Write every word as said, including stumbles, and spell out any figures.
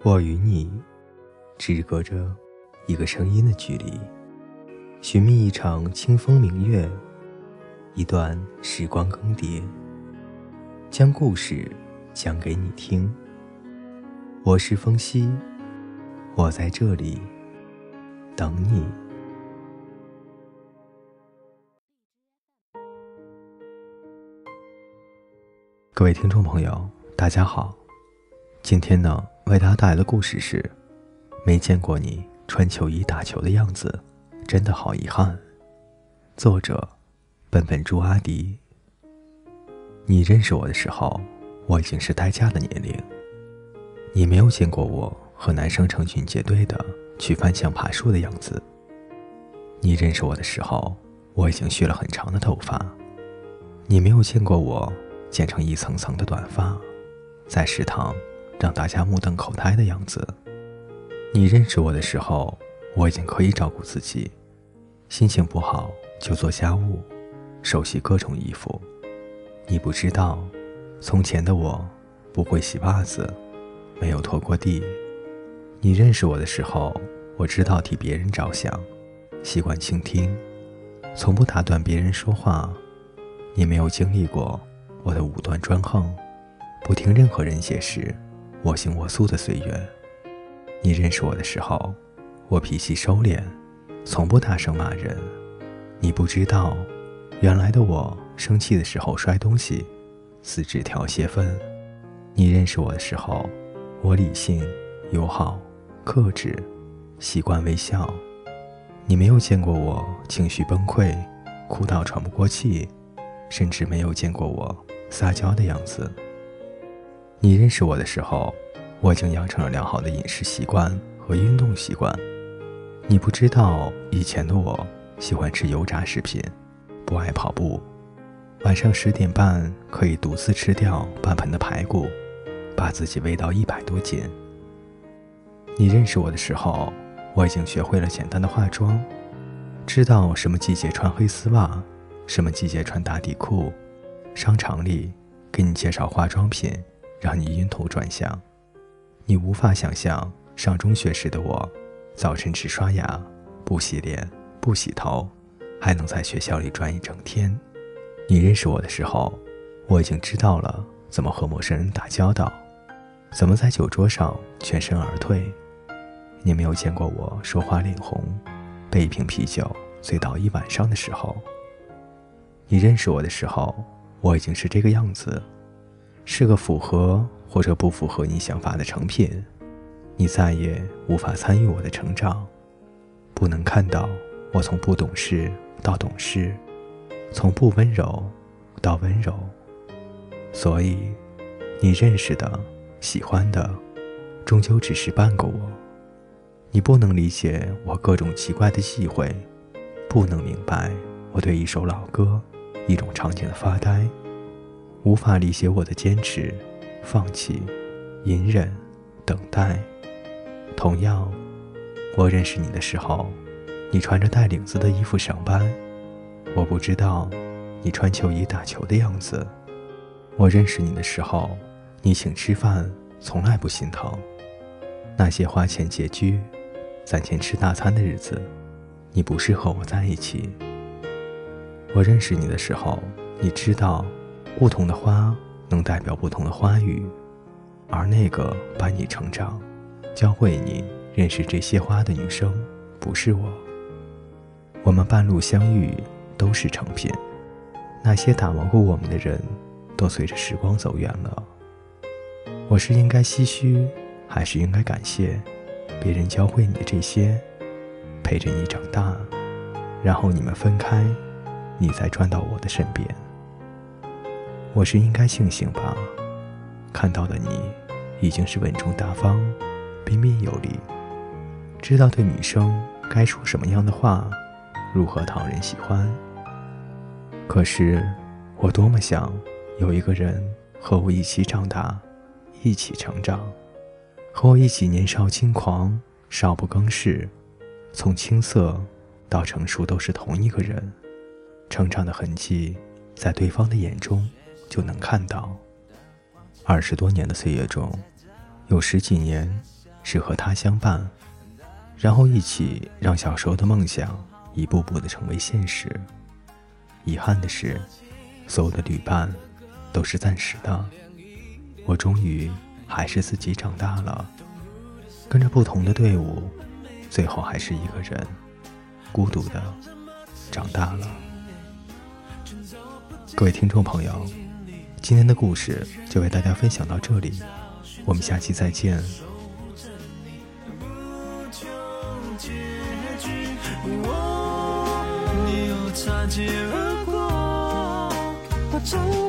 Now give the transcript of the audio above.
我与你只隔着一个声音的距离，寻觅一场清风明月，一段时光更迭，将故事讲给你听。我是风夕，我在这里等你。各位听众朋友，大家好。今天呢，为大家带来的故事是没见过你穿球衣打球的样子，真的好遗憾。作者笨笨猪阿迪。你认识我的时候，我已经是待嫁的年龄。你没有见过我和男生成群结队的去翻墙爬树的样子。你认识我的时候，我已经蓄了很长的头发。你没有见过我剪成一层层的短发，在食堂让大家目瞪口呆的样子。你认识我的时候，我已经可以照顾自己，心情不好就做家务，手洗各种衣服。你不知道，从前的我不会洗袜子，没有拖过地。你认识我的时候，我知道替别人着想，习惯倾听，从不打断别人说话。你没有经历过我的武断专横，不听任何人解释，我行我素的岁月。你认识我的时候，我脾气收敛，从不大声骂人。你不知道，原来的我生气的时候摔东西，撕纸条泄愤。你认识我的时候，我理性、友好、克制，习惯微笑。你没有见过我情绪崩溃，哭到喘不过气，甚至没有见过我撒娇的样子。你认识我的时候，我已经养成了良好的饮食习惯和运动习惯。你不知道，以前的我喜欢吃油炸食品，不爱跑步，晚上十点半可以独自吃掉半盆的排骨，把自己喂到一百多斤。你认识我的时候，我已经学会了简单的化妆，知道什么季节穿黑丝袜，什么季节穿打底裤。商场里给你介绍化妆品，让你晕头转向。你无法想象上中学时的我，早晨只刷牙，不洗脸，不洗头，还能在学校里转一整天。你认识我的时候，我已经知道了怎么和陌生人打交道，怎么在酒桌上全身而退。你没有见过我说话脸红，被一瓶啤酒醉倒一晚上的时候。你认识我的时候，我已经是这个样子，是个符合或者不符合你想法的成品。你再也无法参与我的成长，不能看到我从不懂事到懂事，从不温柔到温柔。所以你认识的、喜欢的，终究只是半个我。你不能理解我各种奇怪的忌讳，不能明白我对一首老歌、一种场景的发呆，无法理解我的坚持、放弃、隐忍、等待。同样，我认识你的时候，你穿着带领子的衣服上班，我不知道你穿球衣打球的样子。我认识你的时候，你请吃饭从来不心疼。那些花钱拮据、攒钱吃大餐的日子，你不是和我在一起。我认识你的时候，你知道不同的花能代表不同的花语，而那个伴你成长、教会你认识这些花的女生不是我。我们半路相遇都是成品，那些打磨过我们的人都随着时光走远了。我是应该唏嘘，还是应该感谢别人教会你的这些，陪着你长大，然后你们分开，你再转到我的身边。我是应该庆幸吧，看到的你已经是稳重大方、彬彬有礼，知道对女生该说什么样的话，如何讨人喜欢。可是我多么想有一个人和我一起长大，一起成长，和我一起年少轻狂，少不更事，从青涩到成熟都是同一个人，成长的痕迹在对方的眼中就能看到。二十多年的岁月中，有十几年是和他相伴，然后一起让小时候的梦想一步步的成为现实。遗憾的是，所有的旅伴都是暂时的，我终于还是自己长大了，跟着不同的队伍，最后还是一个人孤独的长大了。各位听众朋友，今天的故事就为大家分享到这里，我们下期再见。 你又擦肩而过，我终